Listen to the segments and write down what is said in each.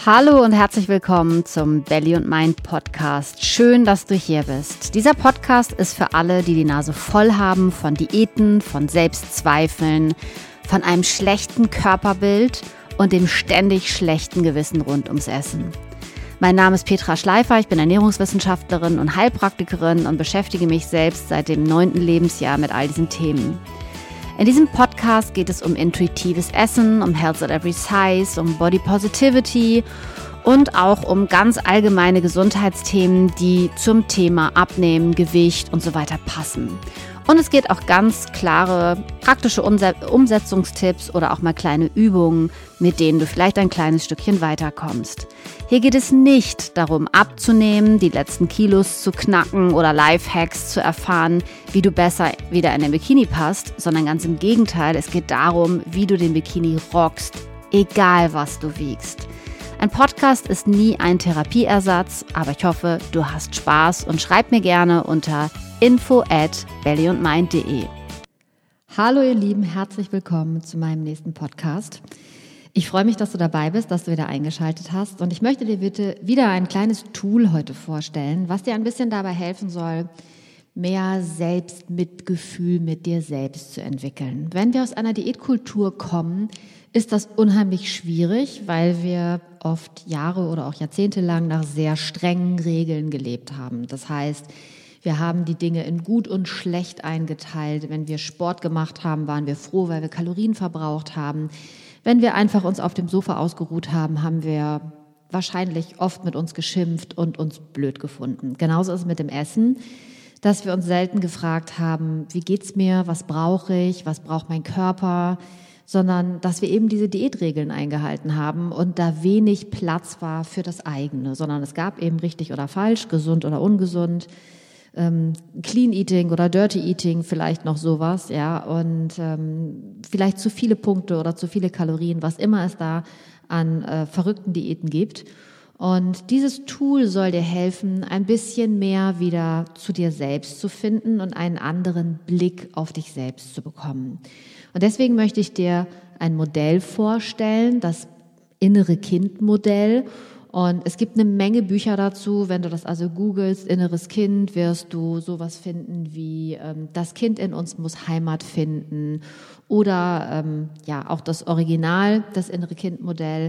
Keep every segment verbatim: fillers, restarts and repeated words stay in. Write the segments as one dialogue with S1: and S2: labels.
S1: Hallo und herzlich willkommen zum Belly und Mind Podcast. Schön, dass du hier bist. Dieser Podcast ist für alle, die die Nase voll haben von Diäten, von Selbstzweifeln, von einem schlechten Körperbild und dem ständig schlechten Gewissen rund ums Essen. Mein Name ist Petra Schleifer, ich bin Ernährungswissenschaftlerin und Heilpraktikerin und beschäftige mich selbst seit dem neunten Lebensjahr mit all diesen Themen. In diesem Podcast geht es um intuitives Essen, um Health at Every Size, um Body Positivity und auch um ganz allgemeine Gesundheitsthemen, die zum Thema Abnehmen, Gewicht und so weiter passen. Und es geht auch ganz klare, praktische Umsetzungstipps oder auch mal kleine Übungen, mit denen du vielleicht ein kleines Stückchen weiterkommst. Hier geht es nicht darum, abzunehmen, die letzten Kilos zu knacken oder Lifehacks zu erfahren, wie du besser wieder in den Bikini passt, sondern ganz im Gegenteil, es geht darum, wie du den Bikini rockst, egal was du wiegst. Ein Podcast ist nie ein Therapieersatz, aber ich hoffe, du hast Spaß und schreib mir gerne unter info at bellyundmind punkt de. Hallo ihr Lieben, herzlich willkommen zu meinem nächsten Podcast. Ich freue mich, dass du dabei bist, dass du wieder eingeschaltet hast und ich möchte dir bitte wieder ein kleines Tool heute vorstellen, was dir ein bisschen dabei helfen soll, mehr Selbstmitgefühl mit dir selbst zu entwickeln. Wenn wir aus einer Diätkultur kommen, ist das unheimlich schwierig, weil wir oft Jahre oder auch Jahrzehnte lang nach sehr strengen Regeln gelebt haben. Das heißt, wir haben die Dinge in gut und schlecht eingeteilt. Wenn wir Sport gemacht haben, waren wir froh, weil wir Kalorien verbraucht haben. Wenn wir einfach uns auf dem Sofa ausgeruht haben, haben wir wahrscheinlich oft mit uns geschimpft und uns blöd gefunden. Genauso ist es mit dem Essen, dass wir uns selten gefragt haben, wie geht's mir, was brauche ich, was braucht mein Körper, sondern dass wir eben diese Diätregeln eingehalten haben und da wenig Platz war für das eigene, sondern es gab eben richtig oder falsch, gesund oder ungesund, ähm, Clean Eating oder Dirty Eating, vielleicht noch sowas, ja, und ähm, vielleicht zu viele Punkte oder zu viele Kalorien, was immer es da an äh, verrückten Diäten gibt. Und dieses Tool soll dir helfen, ein bisschen mehr wieder zu dir selbst zu finden und einen anderen Blick auf dich selbst zu bekommen. Und deswegen möchte ich dir ein Modell vorstellen, das innere Kind-Modell. Und es gibt eine Menge Bücher dazu. Wenn du das also googelst, inneres Kind, wirst du sowas finden wie ähm, das Kind in uns muss Heimat finden oder ähm, ja auch das Original, das innere Kind-Modell.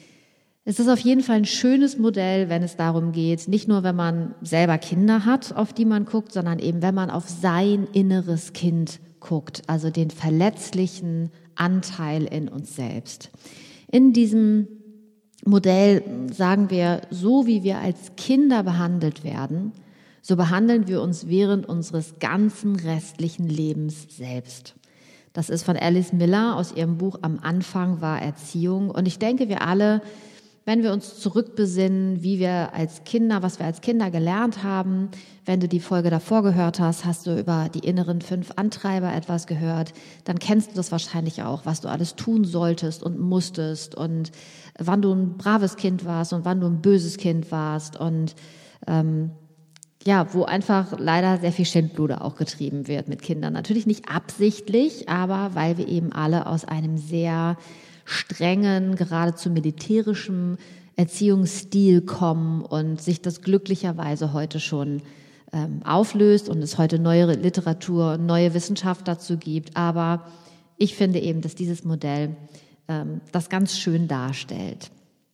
S1: Es ist auf jeden Fall ein schönes Modell, wenn es darum geht, nicht nur, wenn man selber Kinder hat, auf die man guckt, sondern eben, wenn man auf sein inneres Kind guckt, also den verletzlichen Anteil in uns selbst. In diesem Modell sagen wir, so wie wir als Kinder behandelt werden, so behandeln wir uns während unseres ganzen restlichen Lebens selbst. Das ist von Alice Miller aus ihrem Buch Am Anfang war Erziehung. Und ich denke, wir alle, wenn wir uns zurückbesinnen, wie wir als Kinder, was wir als Kinder gelernt haben, wenn du die Folge davor gehört hast, hast du über die inneren fünf Antreiber etwas gehört, dann kennst du das wahrscheinlich auch, was du alles tun solltest und musstest und wann du ein braves Kind warst und wann du ein böses Kind warst und ähm, ja, wo einfach leider sehr viel Schindluder auch getrieben wird mit Kindern. Natürlich nicht absichtlich, aber weil wir eben alle aus einem sehr strengen, geradezu militärischen Erziehungsstil kommen und sich das glücklicherweise heute schon ähm, auflöst und es heute neue Literatur, neue Wissenschaft dazu gibt. Aber ich finde eben, dass dieses Modell ähm, das ganz schön darstellt.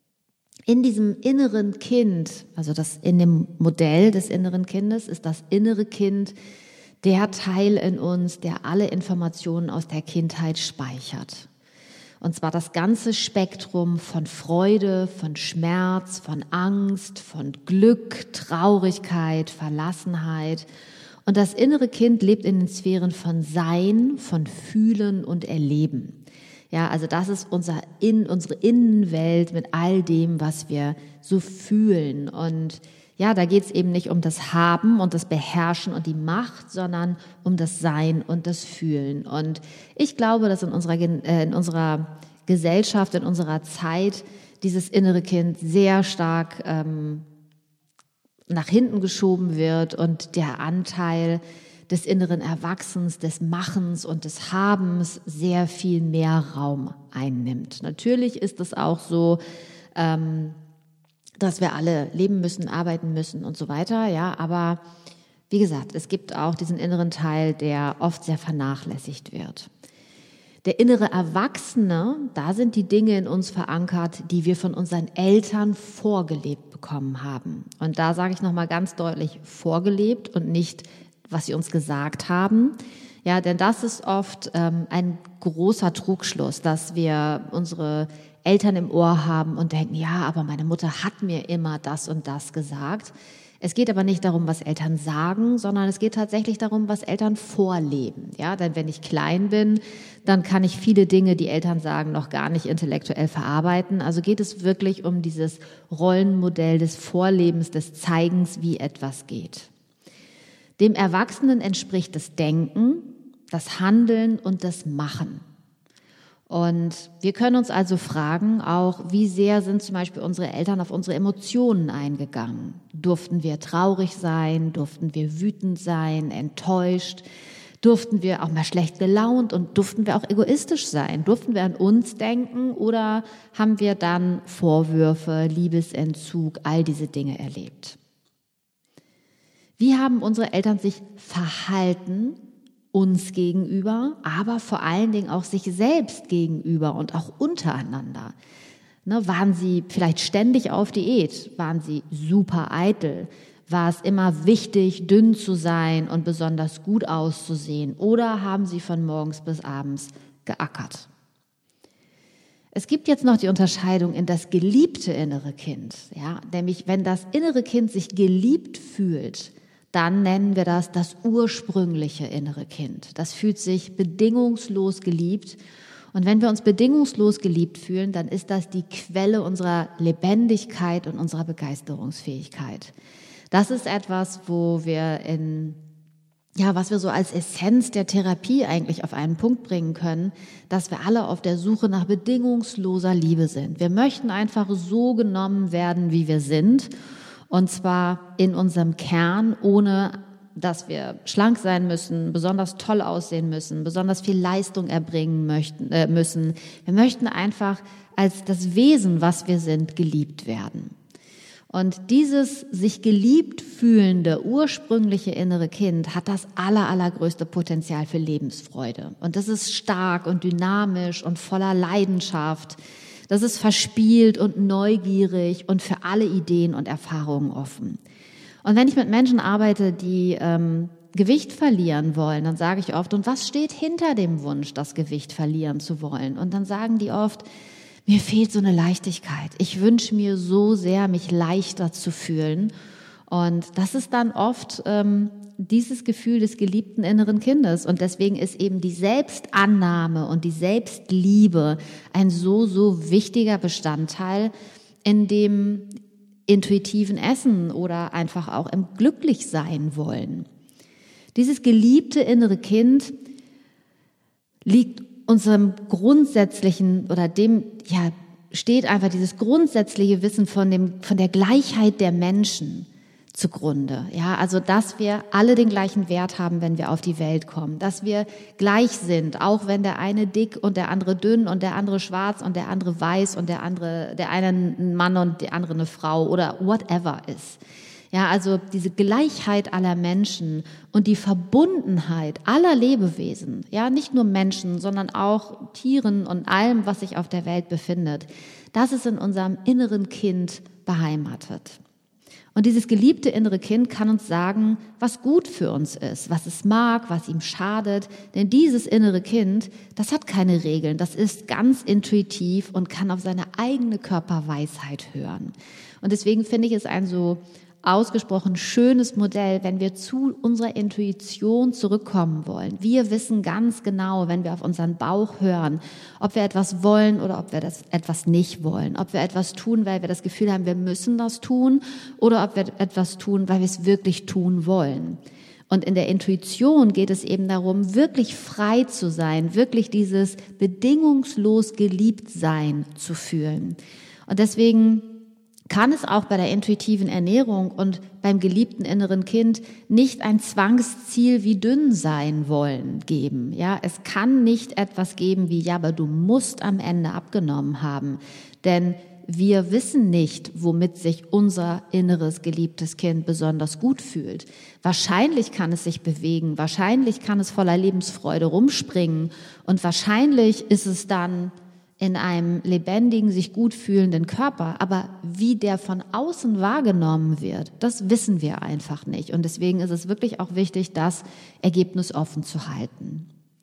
S1: In diesem inneren Kind, also das in dem Modell des inneren Kindes, ist das innere Kind der Teil in uns, der alle Informationen aus der Kindheit speichert. Und zwar das ganze Spektrum von Freude, von Schmerz, von Angst, von Glück, Traurigkeit, Verlassenheit. Und das innere Kind lebt in den Sphären von Sein, von Fühlen und Erleben. Ja, also das ist unser in, unsere Innenwelt mit all dem, was wir so fühlen. Und ja, da geht es eben nicht um das Haben und das Beherrschen und die Macht, sondern um das Sein und das Fühlen. Und ich glaube, dass in unserer, äh, in unserer Gesellschaft, in unserer Zeit dieses innere Kind sehr stark ähm, nach hinten geschoben wird und der Anteil des inneren Erwachsens, des Machens und des Habens sehr viel mehr Raum einnimmt. Natürlich ist es auch so, ähm, dass wir alle leben müssen, arbeiten müssen und so weiter, ja, aber wie gesagt, es gibt auch diesen inneren Teil, der oft sehr vernachlässigt wird. Der innere Erwachsene, da sind die Dinge in uns verankert, die wir von unseren Eltern vorgelebt bekommen haben. Und da sage ich nochmal ganz deutlich vorgelebt und nicht, was sie uns gesagt haben. Ja, denn das ist oft ähm, ein großer Trugschluss, dass wir unsere Eltern im Ohr haben und denken, ja, aber meine Mutter hat mir immer das und das gesagt. Es geht aber nicht darum, was Eltern sagen, sondern es geht tatsächlich darum, was Eltern vorleben. Ja, denn wenn ich klein bin, dann kann ich viele Dinge, die Eltern sagen, noch gar nicht intellektuell verarbeiten. Also geht es wirklich um dieses Rollenmodell des Vorlebens, des Zeigens, wie etwas geht. Dem Erwachsenen entspricht das Denken, das Handeln und das Machen. Und wir können uns also fragen, auch wie sehr sind zum Beispiel unsere Eltern auf unsere Emotionen eingegangen? Durften wir traurig sein? Durften wir wütend sein, enttäuscht? Durften wir auch mal schlecht gelaunt und durften wir auch egoistisch sein? Durften wir an uns denken oder haben wir dann Vorwürfe, Liebesentzug, all diese Dinge erlebt? Wie haben unsere Eltern sich verhalten uns gegenüber, aber vor allen Dingen auch sich selbst gegenüber und auch untereinander? Ne, waren sie vielleicht ständig auf Diät? Waren sie super eitel? War es immer wichtig, dünn zu sein und besonders gut auszusehen? Oder haben sie von morgens bis abends geackert? Es gibt jetzt noch die Unterscheidung in das geliebte innere Kind. Ja, nämlich wenn das innere Kind sich geliebt fühlt, dann nennen wir das das ursprüngliche innere Kind. Das fühlt sich bedingungslos geliebt. Und wenn wir uns bedingungslos geliebt fühlen, dann ist das die Quelle unserer Lebendigkeit und unserer Begeisterungsfähigkeit. Das ist etwas, wo wir in, ja, was wir so als Essenz der Therapie eigentlich auf einen Punkt bringen können, dass wir alle auf der Suche nach bedingungsloser Liebe sind. Wir möchten einfach so genommen werden, wie wir sind. Und zwar in unserem Kern, ohne dass wir schlank sein müssen, besonders toll aussehen müssen, besonders viel Leistung erbringen möchten, äh, müssen. Wir möchten einfach als das Wesen, was wir sind, geliebt werden. Und dieses sich geliebt fühlende, ursprüngliche innere Kind hat das aller, allergrößte Potenzial für Lebensfreude. Und das ist stark und dynamisch und voller Leidenschaft. Das ist verspielt und neugierig und für alle Ideen und Erfahrungen offen. Und wenn ich mit Menschen arbeite, die ähm, Gewicht verlieren wollen, dann sage ich oft, und was steht hinter dem Wunsch, das Gewicht verlieren zu wollen? Und dann sagen die oft, mir fehlt so eine Leichtigkeit. Ich wünsche mir so sehr, mich leichter zu fühlen. Und das ist dann oft ähm, dieses Gefühl des geliebten inneren Kindes. Und deswegen ist eben die Selbstannahme und die Selbstliebe ein so, so wichtiger Bestandteil in dem intuitiven Essen oder einfach auch im Glücklichsein wollen. Dieses geliebte innere Kind liegt unserem grundsätzlichen oder dem, ja, steht einfach dieses grundsätzliche Wissen von dem, von der Gleichheit der Menschen zugrunde. Ja, also, dass wir alle den gleichen Wert haben, wenn wir auf die Welt kommen, dass wir gleich sind, auch wenn der eine dick und der andere dünn und der andere schwarz und der andere weiß und der andere, der eine ein Mann und der andere eine Frau oder whatever ist. Ja, also diese Gleichheit aller Menschen und die Verbundenheit aller Lebewesen, ja, nicht nur Menschen, sondern auch Tieren und allem, was sich auf der Welt befindet, das ist in unserem inneren Kind beheimatet. Und dieses geliebte innere Kind kann uns sagen, was gut für uns ist, was es mag, was ihm schadet. Denn dieses innere Kind, das hat keine Regeln, das ist ganz intuitiv und kann auf seine eigene Körperweisheit hören. Und deswegen finde ich es ein so ausgesprochen schönes Modell, wenn wir zu unserer Intuition zurückkommen wollen. Wir wissen ganz genau, wenn wir auf unseren Bauch hören, ob wir etwas wollen oder ob wir das etwas nicht wollen. Ob wir etwas tun, weil wir das Gefühl haben, wir müssen das tun, oder ob wir etwas tun, weil wir es wirklich tun wollen. Und in der Intuition geht es eben darum, wirklich frei zu sein, wirklich dieses bedingungslos Geliebtsein zu fühlen. Und deswegen kann es auch bei der intuitiven Ernährung und beim geliebten inneren Kind nicht ein Zwangsziel wie dünn sein wollen geben. Ja, es kann nicht etwas geben wie, ja, aber du musst am Ende abgenommen haben. Denn wir wissen nicht, womit sich unser inneres geliebtes Kind besonders gut fühlt. Wahrscheinlich kann es sich bewegen, wahrscheinlich kann es voller Lebensfreude rumspringen und wahrscheinlich ist es dann in einem lebendigen, sich gut fühlenden Körper. Aber wie der von außen wahrgenommen wird, das wissen wir einfach nicht. Und deswegen ist es wirklich auch wichtig, das Ergebnis offen zu halten.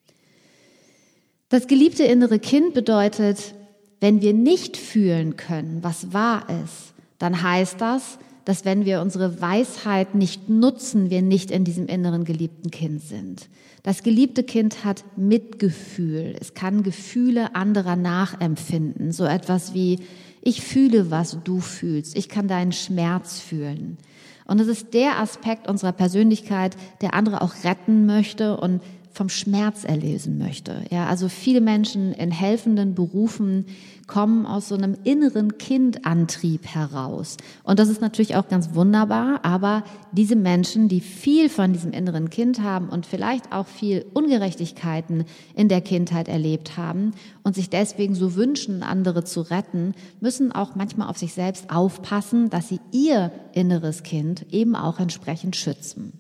S1: Das geliebte innere Kind bedeutet, wenn wir nicht fühlen können, was wahr ist, dann heißt das, dass wenn wir unsere Weisheit nicht nutzen, wir nicht in diesem inneren geliebten Kind sind. Das geliebte Kind hat Mitgefühl. Es kann Gefühle anderer nachempfinden. So etwas wie, ich fühle, was du fühlst. Ich kann deinen Schmerz fühlen. Und es ist der Aspekt unserer Persönlichkeit, der andere auch retten möchte und vom Schmerz erlösen möchte. Ja, also viele Menschen in helfenden Berufen kommen aus so einem inneren Kindantrieb heraus. Und das ist natürlich auch ganz wunderbar, aber diese Menschen, die viel von diesem inneren Kind haben und vielleicht auch viel Ungerechtigkeiten in der Kindheit erlebt haben und sich deswegen so wünschen, andere zu retten, müssen auch manchmal auf sich selbst aufpassen, dass sie ihr inneres Kind eben auch entsprechend schützen.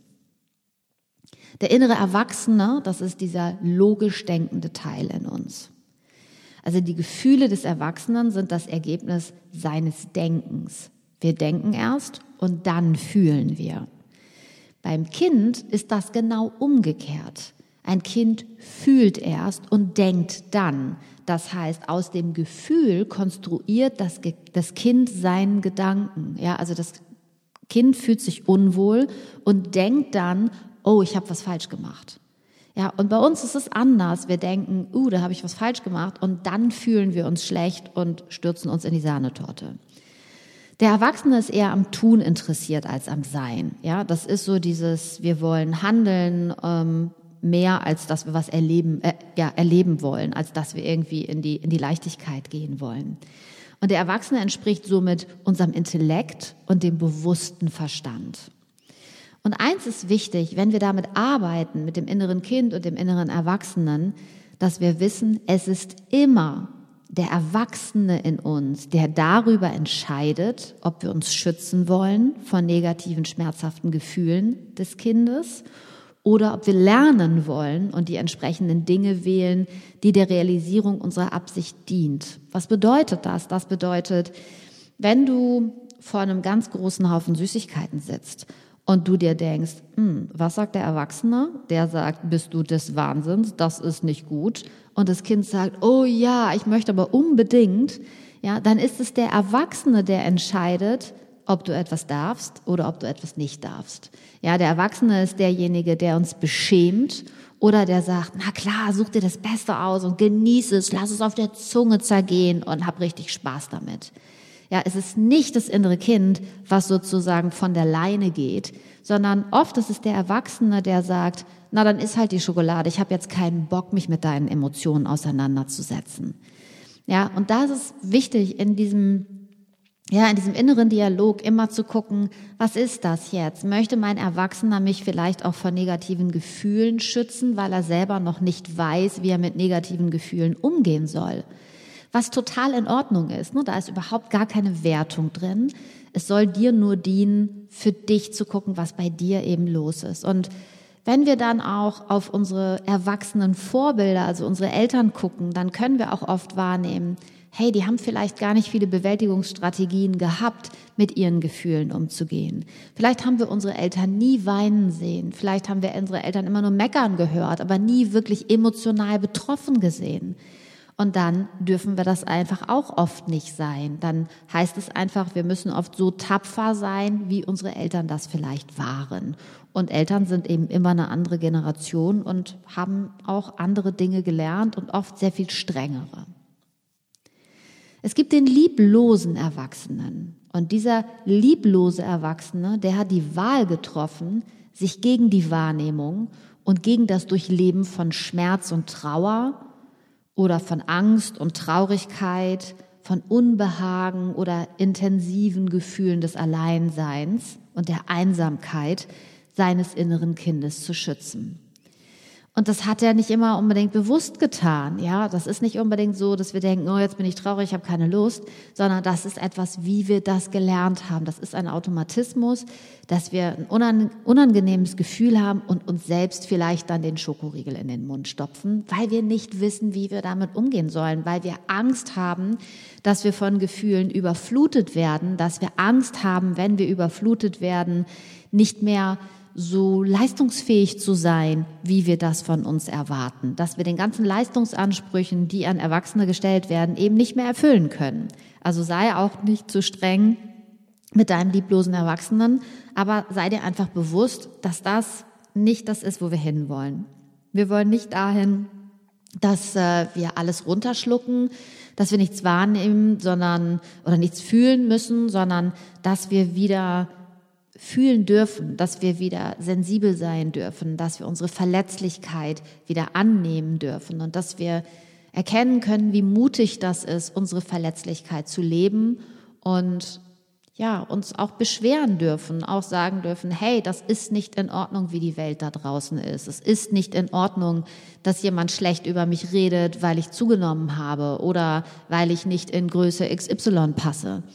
S1: Der innere Erwachsene, das ist dieser logisch denkende Teil in uns. Also die Gefühle des Erwachsenen sind das Ergebnis seines Denkens. Wir denken erst und dann fühlen wir. Beim Kind ist das genau umgekehrt. Ein Kind fühlt erst und denkt dann. Das heißt, aus dem Gefühl konstruiert das, das Kind seinen Gedanken. Ja, also das Kind fühlt sich unwohl und denkt dann, oh, ich habe was falsch gemacht. Ja, und bei uns ist es anders. Wir denken, uh, da habe ich was falsch gemacht und dann fühlen wir uns schlecht und stürzen uns in die Sahnetorte. Der Erwachsene ist eher am Tun interessiert als am Sein. Ja, das ist so dieses, wir wollen handeln ähm, mehr, als dass wir was erleben, äh, ja, erleben wollen, als dass wir irgendwie in die, in die Leichtigkeit gehen wollen. Und der Erwachsene entspricht somit unserem Intellekt und dem bewussten Verstand. Und eins ist wichtig, wenn wir damit arbeiten, mit dem inneren Kind und dem inneren Erwachsenen, dass wir wissen, es ist immer der Erwachsene in uns, der darüber entscheidet, ob wir uns schützen wollen von negativen, schmerzhaften Gefühlen des Kindes oder ob wir lernen wollen und die entsprechenden Dinge wählen, die der Realisierung unserer Absicht dient. Was bedeutet das? Das bedeutet, wenn du vor einem ganz großen Haufen Süßigkeiten sitzt und du dir denkst, hm, was sagt der Erwachsene? Der sagt, bist du des Wahnsinns, das ist nicht gut. Und das Kind sagt, oh ja, ich möchte aber unbedingt. Ja, dann ist es der Erwachsene, der entscheidet, ob du etwas darfst oder ob du etwas nicht darfst. Ja, der Erwachsene ist derjenige, der uns beschämt oder der sagt, na klar, such dir das Beste aus und genieß es, lass es auf der Zunge zergehen und hab richtig Spaß damit. Ja, es ist nicht das innere Kind, was sozusagen von der Leine geht, sondern oft ist es der Erwachsene, der sagt, na dann iss halt die Schokolade, ich habe jetzt keinen Bock, mich mit deinen Emotionen auseinanderzusetzen. Ja, und da ist es wichtig, in diesem, ja, in diesem inneren Dialog immer zu gucken, was ist das jetzt? Möchte mein Erwachsener mich vielleicht auch vor negativen Gefühlen schützen, weil er selber noch nicht weiß, wie er mit negativen Gefühlen umgehen soll? Was total in Ordnung ist, ne? Da ist überhaupt gar keine Wertung drin. Es soll dir nur dienen, für dich zu gucken, was bei dir eben los ist. Und wenn wir dann auch auf unsere erwachsenen Vorbilder, also unsere Eltern gucken, dann können wir auch oft wahrnehmen, hey, die haben vielleicht gar nicht viele Bewältigungsstrategien gehabt, mit ihren Gefühlen umzugehen. Vielleicht haben wir unsere Eltern nie weinen sehen. Vielleicht haben wir unsere Eltern immer nur meckern gehört, aber nie wirklich emotional betroffen gesehen. Und dann dürfen wir das einfach auch oft nicht sein. Dann heißt es einfach, wir müssen oft so tapfer sein, wie unsere Eltern das vielleicht waren. Und Eltern sind eben immer eine andere Generation und haben auch andere Dinge gelernt und oft sehr viel strengere. Es gibt den lieblosen Erwachsenen. Und dieser lieblose Erwachsene, der hat die Wahl getroffen, sich gegen die Wahrnehmung und gegen das Durchleben von Schmerz und Trauer oder von Angst und Traurigkeit, von Unbehagen oder intensiven Gefühlen des Alleinseins und der Einsamkeit seines inneren Kindes zu schützen. Und das hat er nicht immer unbedingt bewusst getan. Ja, das ist nicht unbedingt so, dass wir denken, oh, jetzt bin ich traurig, ich habe keine Lust, sondern das ist etwas, wie wir das gelernt haben. Das ist ein Automatismus, dass wir ein unangenehmes Gefühl haben und uns selbst vielleicht dann den Schokoriegel in den Mund stopfen, weil wir nicht wissen, wie wir damit umgehen sollen, weil wir Angst haben, dass wir von Gefühlen überflutet werden, dass wir Angst haben, wenn wir überflutet werden, nicht mehr so leistungsfähig zu sein, wie wir das von uns erwarten. Dass wir den ganzen Leistungsansprüchen, die an Erwachsene gestellt werden, eben nicht mehr erfüllen können. Also sei auch nicht zu streng mit deinem lieblosen Erwachsenen, aber sei dir einfach bewusst, dass das nicht das ist, wo wir hinwollen. Wir wollen nicht dahin, dass äh, wir alles runterschlucken, dass wir nichts wahrnehmen, sondern oder nichts fühlen müssen, sondern dass wir wieder fühlen dürfen, dass wir wieder sensibel sein dürfen, dass wir unsere Verletzlichkeit wieder annehmen dürfen und dass wir erkennen können, wie mutig das ist, unsere Verletzlichkeit zu leben und ja, uns auch beschweren dürfen, auch sagen dürfen, hey, das ist nicht in Ordnung, wie die Welt da draußen ist. Es ist nicht in Ordnung, dass jemand schlecht über mich redet, weil ich zugenommen habe oder weil ich nicht in Größe X Y passe.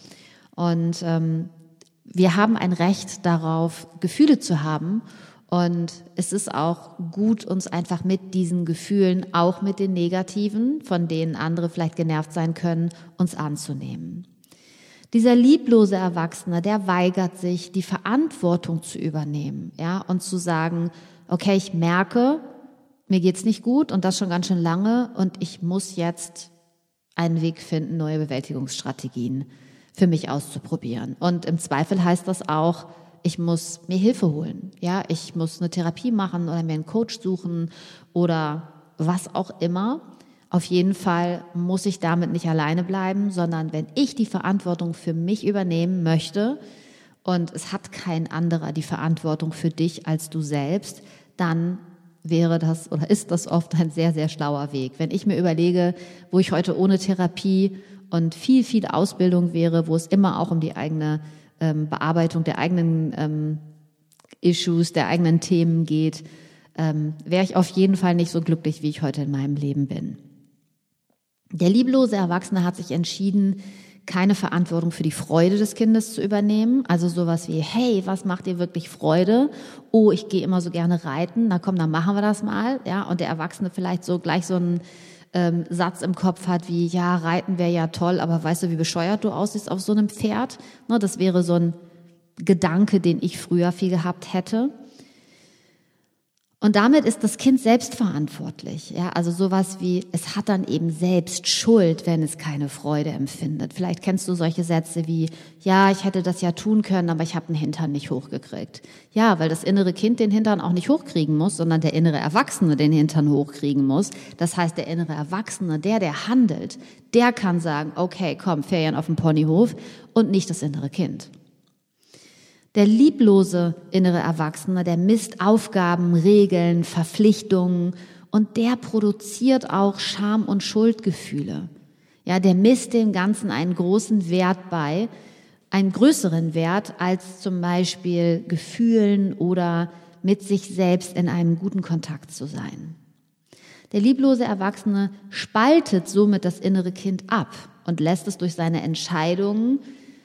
S1: Und ähm, wir haben ein Recht darauf, Gefühle zu haben und es ist auch gut, uns einfach mit diesen Gefühlen, auch mit den negativen, von denen andere vielleicht genervt sein können, uns anzunehmen. Dieser lieblose Erwachsene, der weigert sich, die Verantwortung zu übernehmen, ja, und zu sagen, okay, ich merke, mir geht's nicht gut und das schon ganz schön lange und ich muss jetzt einen Weg finden, neue Bewältigungsstrategien für mich auszuprobieren. Und im Zweifel heißt das auch, ich muss mir Hilfe holen. Ja, ich muss eine Therapie machen oder mir einen Coach suchen oder was auch immer. Auf jeden Fall muss ich damit nicht alleine bleiben, sondern wenn ich die Verantwortung für mich übernehmen möchte und es hat kein anderer die Verantwortung für dich als du selbst, dann wäre das oder ist das oft ein sehr, sehr schlauer Weg. Wenn ich mir überlege, wo ich heute ohne Therapie und viel, viel Ausbildung wäre, wo es immer auch um die eigene ähm, Bearbeitung der eigenen ähm, Issues, der eigenen Themen geht, ähm, wäre ich auf jeden Fall nicht so glücklich, wie ich heute in meinem Leben bin. Der lieblose Erwachsene hat sich entschieden, keine Verantwortung für die Freude des Kindes zu übernehmen. Also sowas wie, hey, was macht dir wirklich Freude? Oh, ich gehe immer so gerne reiten. Na komm, dann machen wir das mal. Ja, und der Erwachsene vielleicht so gleich so einen ähm, Satz im Kopf hat wie, ja, reiten wäre ja toll, aber weißt du, wie bescheuert du aussiehst auf so einem Pferd? Ne, das wäre so ein Gedanke, den ich früher viel gehabt hätte. Und damit ist das Kind selbst verantwortlich. Ja, also sowas wie, es hat dann eben selbst Schuld, wenn es keine Freude empfindet. Vielleicht kennst du solche Sätze wie, ja, ich hätte das ja tun können, aber ich habe den Hintern nicht hochgekriegt. Ja, weil das innere Kind den Hintern auch nicht hochkriegen muss, sondern der innere Erwachsene den Hintern hochkriegen muss. Das heißt, der innere Erwachsene, der, der handelt, der kann sagen, okay, komm, Ferien auf dem Ponyhof und nicht das innere Kind. Der lieblose innere Erwachsene, der misst Aufgaben, Regeln, Verpflichtungen und der produziert auch Scham- und Schuldgefühle. Ja, der misst dem Ganzen einen großen Wert bei, einen größeren Wert als zum Beispiel Gefühlen oder mit sich selbst in einem guten Kontakt zu sein. Der lieblose Erwachsene spaltet somit das innere Kind ab und lässt es durch seine Entscheidungen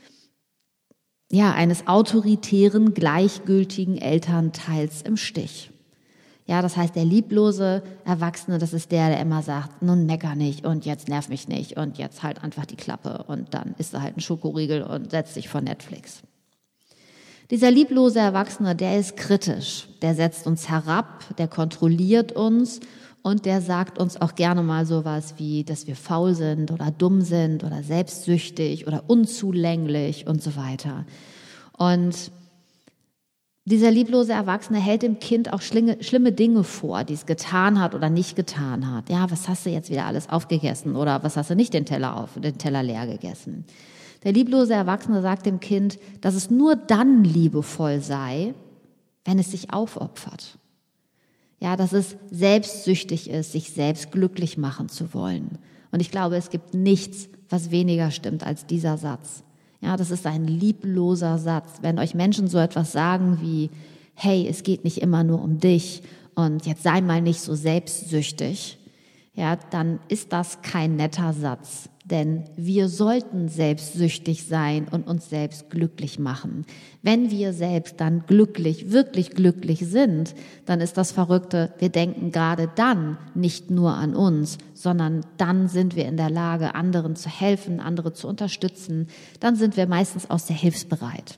S1: ja, eines autoritären, gleichgültigen Elternteils im Stich. Ja, das heißt, der lieblose Erwachsene, das ist der, der immer sagt, nun mecker nicht und jetzt nerv mich nicht und jetzt halt einfach die Klappe und dann isst er halt einen Schokoriegel und setzt sich vor Netflix. Dieser lieblose Erwachsene, der ist kritisch, der setzt uns herab, der kontrolliert uns und der sagt uns auch gerne mal sowas wie, dass wir faul sind oder dumm sind oder selbstsüchtig oder unzulänglich und so weiter. Und dieser lieblose Erwachsene hält dem Kind auch schlimme, schlimme Dinge vor, die es getan hat oder nicht getan hat. Ja, was hast du jetzt wieder alles aufgegessen oder was hast du nicht den Teller auf, den Teller leer gegessen? Der lieblose Erwachsene sagt dem Kind, dass es nur dann liebevoll sei, wenn es sich aufopfert. Ja, dass es selbstsüchtig ist, sich selbst glücklich machen zu wollen. Und ich glaube, es gibt nichts, was weniger stimmt als dieser Satz. Ja, das ist ein liebloser Satz. Wenn euch Menschen so etwas sagen wie, hey, es geht nicht immer nur um dich und jetzt sei mal nicht so selbstsüchtig, ja, dann ist das kein netter Satz. Denn wir sollten selbstsüchtig sein und uns selbst glücklich machen. Wenn wir selbst dann glücklich, wirklich glücklich sind, dann ist das Verrückte, wir denken gerade dann nicht nur an uns, sondern dann sind wir in der Lage, anderen zu helfen, andere zu unterstützen. Dann sind wir meistens auch sehr hilfsbereit.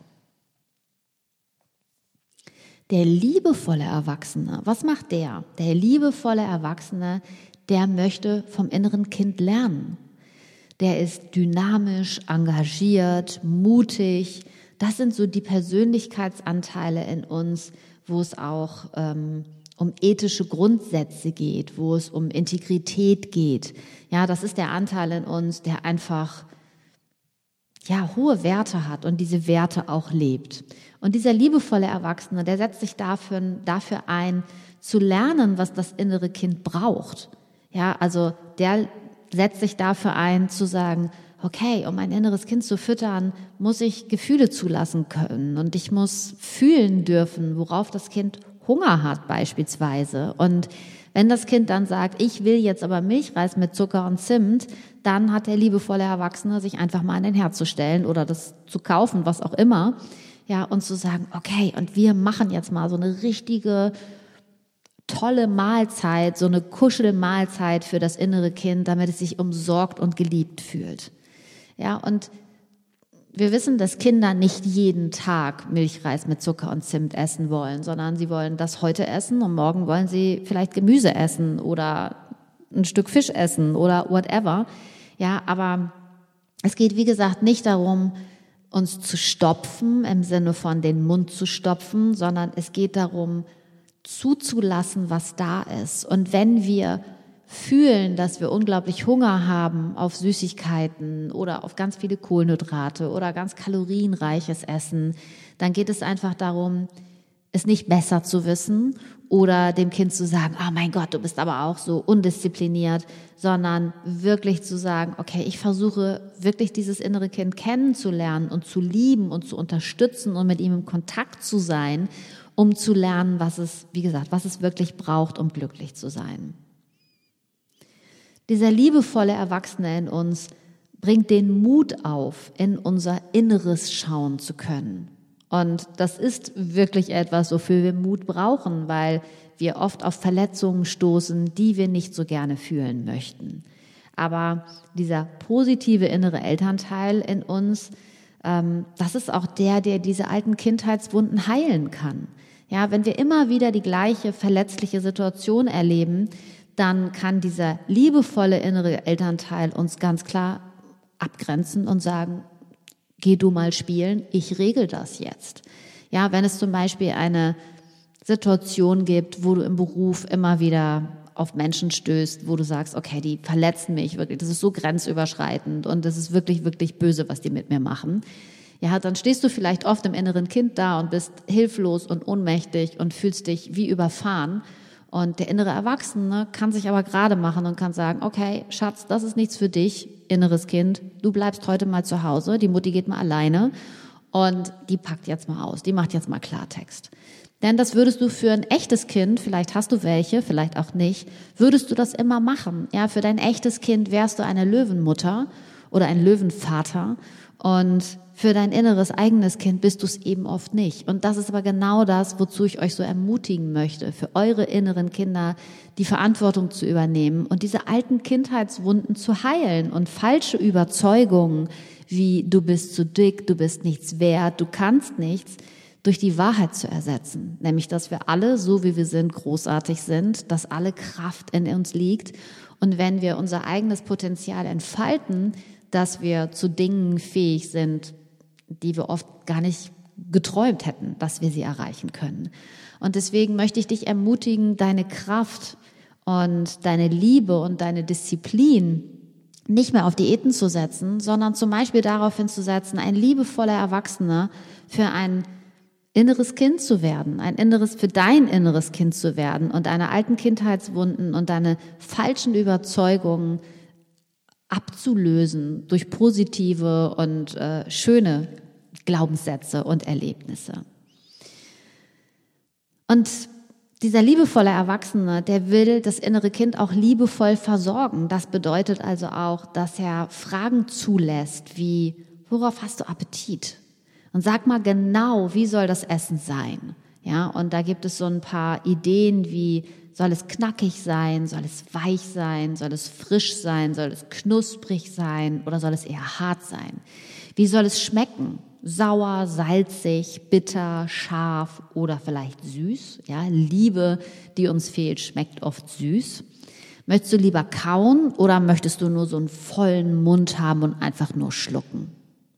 S1: Der liebevolle Erwachsene, was macht der? Der liebevolle Erwachsene, der möchte vom inneren Kind lernen. Der ist dynamisch, engagiert, mutig. Das sind so die Persönlichkeitsanteile in uns, wo es auch ähm, um ethische Grundsätze geht, wo es um Integrität geht. Ja, das ist der Anteil in uns, der einfach ja hohe Werte hat und diese Werte auch lebt. Und dieser liebevolle Erwachsene, der setzt sich dafür, dafür ein, zu lernen, was das innere Kind braucht. Ja, also der setzt sich dafür ein, zu sagen, okay, um ein inneres Kind zu füttern, muss ich Gefühle zulassen können und ich muss fühlen dürfen, worauf das Kind Hunger hat beispielsweise. Und wenn das Kind dann sagt, ich will jetzt aber Milchreis mit Zucker und Zimt, dann hat der liebevolle Erwachsene sich einfach mal an den Herd zu stellen oder das zu kaufen, was auch immer, ja, und zu sagen, okay, und wir machen jetzt mal so eine richtige tolle Mahlzeit, so eine Kuschelmahlzeit für das innere Kind, damit es sich umsorgt und geliebt fühlt. Ja, und wir wissen, dass Kinder nicht jeden Tag Milchreis mit Zucker und Zimt essen wollen, sondern sie wollen das heute essen und morgen wollen sie vielleicht Gemüse essen oder ein Stück Fisch essen oder whatever. Ja, aber es geht, wie gesagt, nicht darum, uns zu stopfen, im Sinne von den Mund zu stopfen, sondern es geht darum, zuzulassen, was da ist. Und wenn wir fühlen, dass wir unglaublich Hunger haben auf Süßigkeiten oder auf ganz viele Kohlenhydrate oder ganz kalorienreiches Essen, dann geht es einfach darum, es nicht besser zu wissen oder dem Kind zu sagen, oh mein Gott, du bist aber auch so undiszipliniert, sondern wirklich zu sagen, okay, ich versuche wirklich dieses innere Kind kennenzulernen und zu lieben und zu unterstützen und mit ihm im Kontakt zu sein, um zu lernen, was es, wie gesagt, was es wirklich braucht, um glücklich zu sein. Dieser liebevolle Erwachsene in uns bringt den Mut auf, in unser Inneres schauen zu können. Und das ist wirklich etwas, wofür wir Mut brauchen, weil wir oft auf Verletzungen stoßen, die wir nicht so gerne fühlen möchten. Aber dieser positive innere Elternteil in uns, ähm, das ist auch der, der diese alten Kindheitswunden heilen kann. Ja, wenn wir immer wieder die gleiche verletzliche Situation erleben, dann kann dieser liebevolle innere Elternteil uns ganz klar abgrenzen und sagen, geh du mal spielen, ich regel das jetzt. Ja, wenn es zum Beispiel eine Situation gibt, wo du im Beruf immer wieder auf Menschen stößt, wo du sagst, okay, die verletzen mich wirklich, das ist so grenzüberschreitend und das ist wirklich, wirklich böse, was die mit mir machen. Ja, dann stehst du vielleicht oft im inneren Kind da und bist hilflos und ohnmächtig und fühlst dich wie überfahren. Und der innere Erwachsene kann sich aber gerade machen und kann sagen, okay, Schatz, das ist nichts für dich, inneres Kind. Du bleibst heute mal zu Hause, die Mutti geht mal alleine und die packt jetzt mal aus, die macht jetzt mal Klartext. Denn das würdest du für ein echtes Kind, vielleicht hast du welche, vielleicht auch nicht, würdest du das immer machen. Ja, für dein echtes Kind wärst du eine Löwenmutter oder ein Löwenvater und für dein inneres eigenes Kind bist du es eben oft nicht. Und das ist aber genau das, wozu ich euch so ermutigen möchte, für eure inneren Kinder die Verantwortung zu übernehmen und diese alten Kindheitswunden zu heilen und falsche Überzeugungen wie du bist zu dick, du bist nichts wert, du kannst nichts, durch die Wahrheit zu ersetzen. Nämlich, dass wir alle, so wie wir sind, großartig sind, dass alle Kraft in uns liegt. Und wenn wir unser eigenes Potenzial entfalten, dass wir zu Dingen fähig sind, die wir oft gar nicht geträumt hätten, dass wir sie erreichen können. Und deswegen möchte ich dich ermutigen, deine Kraft und deine Liebe und deine Disziplin nicht mehr auf Diäten zu setzen, sondern zum Beispiel darauf hinzusetzen, ein liebevoller Erwachsener für ein inneres Kind zu werden, ein inneres, für dein inneres Kind zu werden und deine alten Kindheitswunden und deine falschen Überzeugungen abzulösen durch positive und äh, schöne Glaubenssätze und Erlebnisse. Und dieser liebevolle Erwachsene, der will das innere Kind auch liebevoll versorgen. Das bedeutet also auch, dass er Fragen zulässt, wie, worauf hast du Appetit? Und sag mal genau, wie soll das Essen sein? Ja, und da gibt es so ein paar Ideen wie, soll es knackig sein, soll es weich sein, soll es frisch sein, soll es knusprig sein oder soll es eher hart sein? Wie soll es schmecken? Sauer, salzig, bitter, scharf oder vielleicht süß? Ja, Liebe, die uns fehlt, schmeckt oft süß. Möchtest du lieber kauen oder möchtest du nur so einen vollen Mund haben und einfach nur schlucken?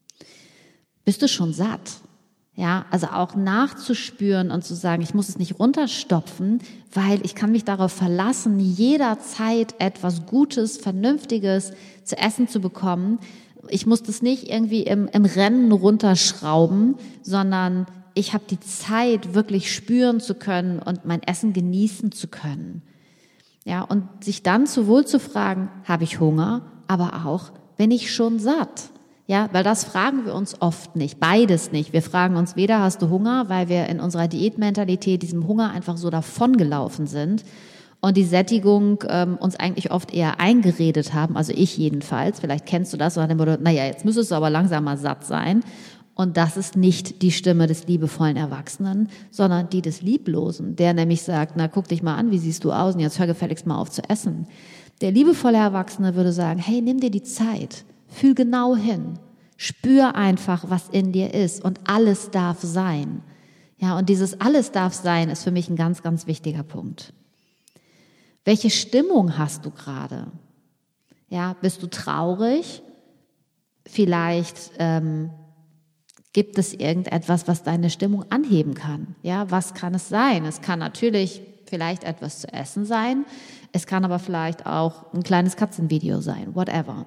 S1: Bist du schon satt? Ja, also auch nachzuspüren und zu sagen, ich muss es nicht runterstopfen, weil ich kann mich darauf verlassen, jederzeit etwas Gutes, Vernünftiges zu essen zu bekommen. Ich muss das nicht irgendwie im, im Rennen runterschrauben, sondern ich habe die Zeit, wirklich spüren zu können und mein Essen genießen zu können. Ja, und sich dann sowohl zu fragen, habe ich Hunger, aber auch, bin ich schon satt? Ja, weil das fragen wir uns oft nicht, beides nicht. Wir fragen uns weder, hast du Hunger, weil wir in unserer Diätmentalität diesem Hunger einfach so davongelaufen sind und die Sättigung ähm, uns eigentlich oft eher eingeredet haben, also ich jedenfalls, vielleicht kennst du das, so nach dem Motto, naja, jetzt müsstest du aber langsam mal satt sein. Und das ist nicht die Stimme des liebevollen Erwachsenen, sondern die des Lieblosen, der nämlich sagt, na guck dich mal an, wie siehst du aus und jetzt hör gefälligst mal auf zu essen. Der liebevolle Erwachsene würde sagen, hey, nimm dir die Zeit. Fühl genau hin, spür einfach, was in dir ist und alles darf sein. Ja, und dieses alles darf sein ist für mich ein ganz, ganz wichtiger Punkt. Welche Stimmung hast du gerade? Ja, bist du traurig? Vielleicht ähm, gibt es irgendetwas, was deine Stimmung anheben kann. Ja, was kann es sein? Es kann natürlich vielleicht etwas zu essen sein. Es kann aber vielleicht auch ein kleines Katzenvideo sein, whatever.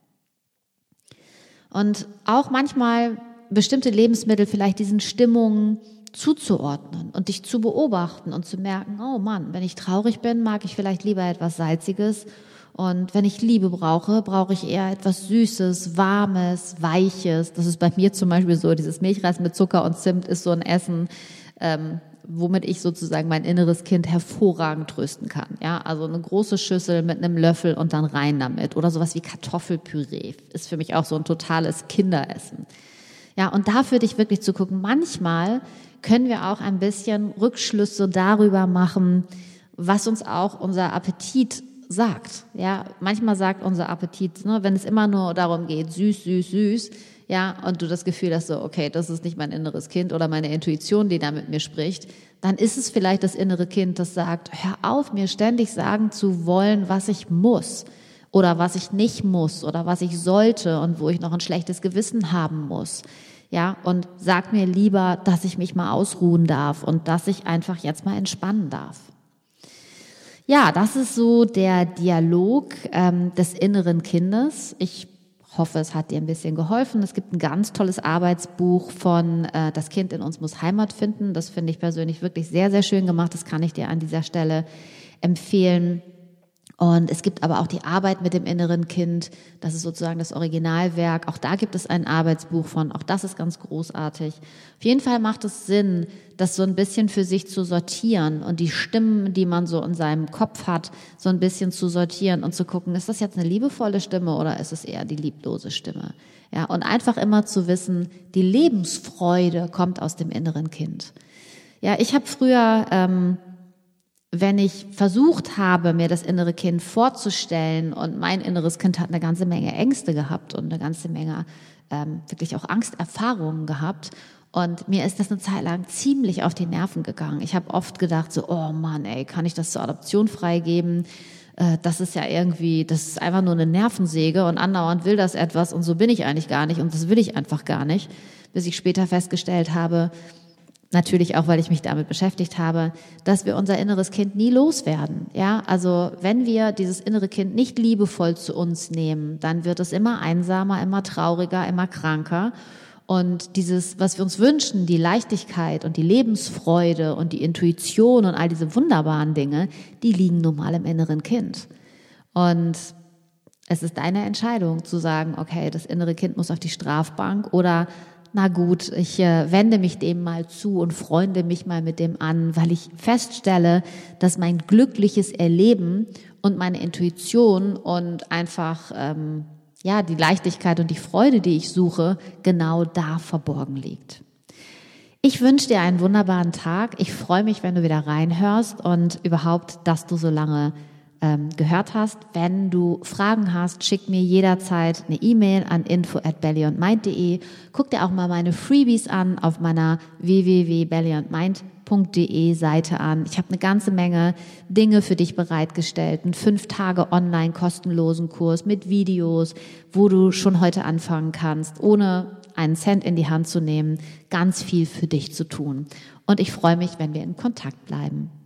S1: Und auch manchmal bestimmte Lebensmittel vielleicht diesen Stimmungen zuzuordnen und dich zu beobachten und zu merken, oh Mann, wenn ich traurig bin, mag ich vielleicht lieber etwas Salziges und wenn ich Liebe brauche, brauche ich eher etwas Süßes, Warmes, Weiches. Das ist bei mir zum Beispiel so, dieses Milchreis mit Zucker und Zimt ist so ein Essen, ähm, womit ich sozusagen mein inneres Kind hervorragend trösten kann. Ja, also eine große Schüssel mit einem Löffel und dann rein damit. Oder sowas wie Kartoffelpüree ist für mich auch so ein totales Kinderessen. Ja, und da für dich wirklich zu gucken, manchmal können wir auch ein bisschen Rückschlüsse darüber machen, was uns auch unser Appetit sagt. Ja, manchmal sagt unser Appetit, ne, wenn es immer nur darum geht, süß, süß, süß, ja, und du das Gefühl hast so, okay, das ist nicht mein inneres Kind oder meine Intuition, die da mit mir spricht, dann ist es vielleicht das innere Kind, das sagt, hör auf, mir ständig sagen zu wollen, was ich muss oder was ich nicht muss oder was ich sollte und wo ich noch ein schlechtes Gewissen haben muss. Ja, und sag mir lieber, dass ich mich mal ausruhen darf und dass ich einfach jetzt mal entspannen darf. Ja, das ist so der Dialog ähm, des inneren Kindes. Ich hoffe, es hat dir ein bisschen geholfen. Es gibt ein ganz tolles Arbeitsbuch von äh, Das Kind in uns muss Heimat finden. Das finde ich persönlich wirklich sehr, sehr schön gemacht. Das kann ich dir an dieser Stelle empfehlen. Und es gibt aber auch die Arbeit mit dem inneren Kind. Das ist sozusagen das Originalwerk. Auch da gibt es ein Arbeitsbuch von. Auch das ist ganz großartig. Auf jeden Fall macht es Sinn, das so ein bisschen für sich zu sortieren und die Stimmen, die man so in seinem Kopf hat, so ein bisschen zu sortieren und zu gucken, ist das jetzt eine liebevolle Stimme oder ist es eher die lieblose Stimme? Ja, und einfach immer zu wissen, die Lebensfreude kommt aus dem inneren Kind. Ja, ich habe früher ähm, wenn ich versucht habe, mir das innere Kind vorzustellen und mein inneres Kind hat eine ganze Menge Ängste gehabt und eine ganze Menge ähm, wirklich auch Angsterfahrungen gehabt und mir ist das eine Zeit lang ziemlich auf die Nerven gegangen. Ich habe oft gedacht so, oh Mann, ey, kann ich das zur Adoption freigeben? Äh, das ist ja irgendwie, das ist einfach nur eine Nervensäge und andauernd will das etwas und so bin ich eigentlich gar nicht und das will ich einfach gar nicht, bis ich später festgestellt habe, natürlich auch, weil ich mich damit beschäftigt habe, dass wir unser inneres Kind nie loswerden. Ja, also wenn wir dieses innere Kind nicht liebevoll zu uns nehmen, dann wird es immer einsamer, immer trauriger, immer kranker. Und dieses, was wir uns wünschen, die Leichtigkeit und die Lebensfreude und die Intuition und all diese wunderbaren Dinge, die liegen nun mal im inneren Kind. Und es ist deine Entscheidung zu sagen, okay, das innere Kind muss auf die Strafbank oder
S2: na gut, ich äh, wende mich dem mal zu und freunde mich mal mit dem an, weil ich feststelle, dass mein glückliches Erleben und meine Intuition und einfach ähm, ja die Leichtigkeit und die Freude, die ich suche, genau da verborgen liegt. Ich wünsche dir einen wunderbaren Tag. Ich freue mich, wenn du wieder reinhörst und überhaupt, dass du so lange ähm, gehört hast. Wenn du Fragen hast, schick mir jederzeit eine E-Mail an info at belly und mind punkt de. Guck dir auch mal meine Freebies an auf meiner w w w punkt belly und mind punkt de Seite an. Ich habe eine ganze Menge Dinge für dich bereitgestellt. Einen fünf Tage online kostenlosen Kurs mit Videos, wo du schon heute anfangen kannst, ohne einen Cent in die Hand zu nehmen, ganz viel für dich zu tun. Und ich freue mich, wenn wir in Kontakt bleiben.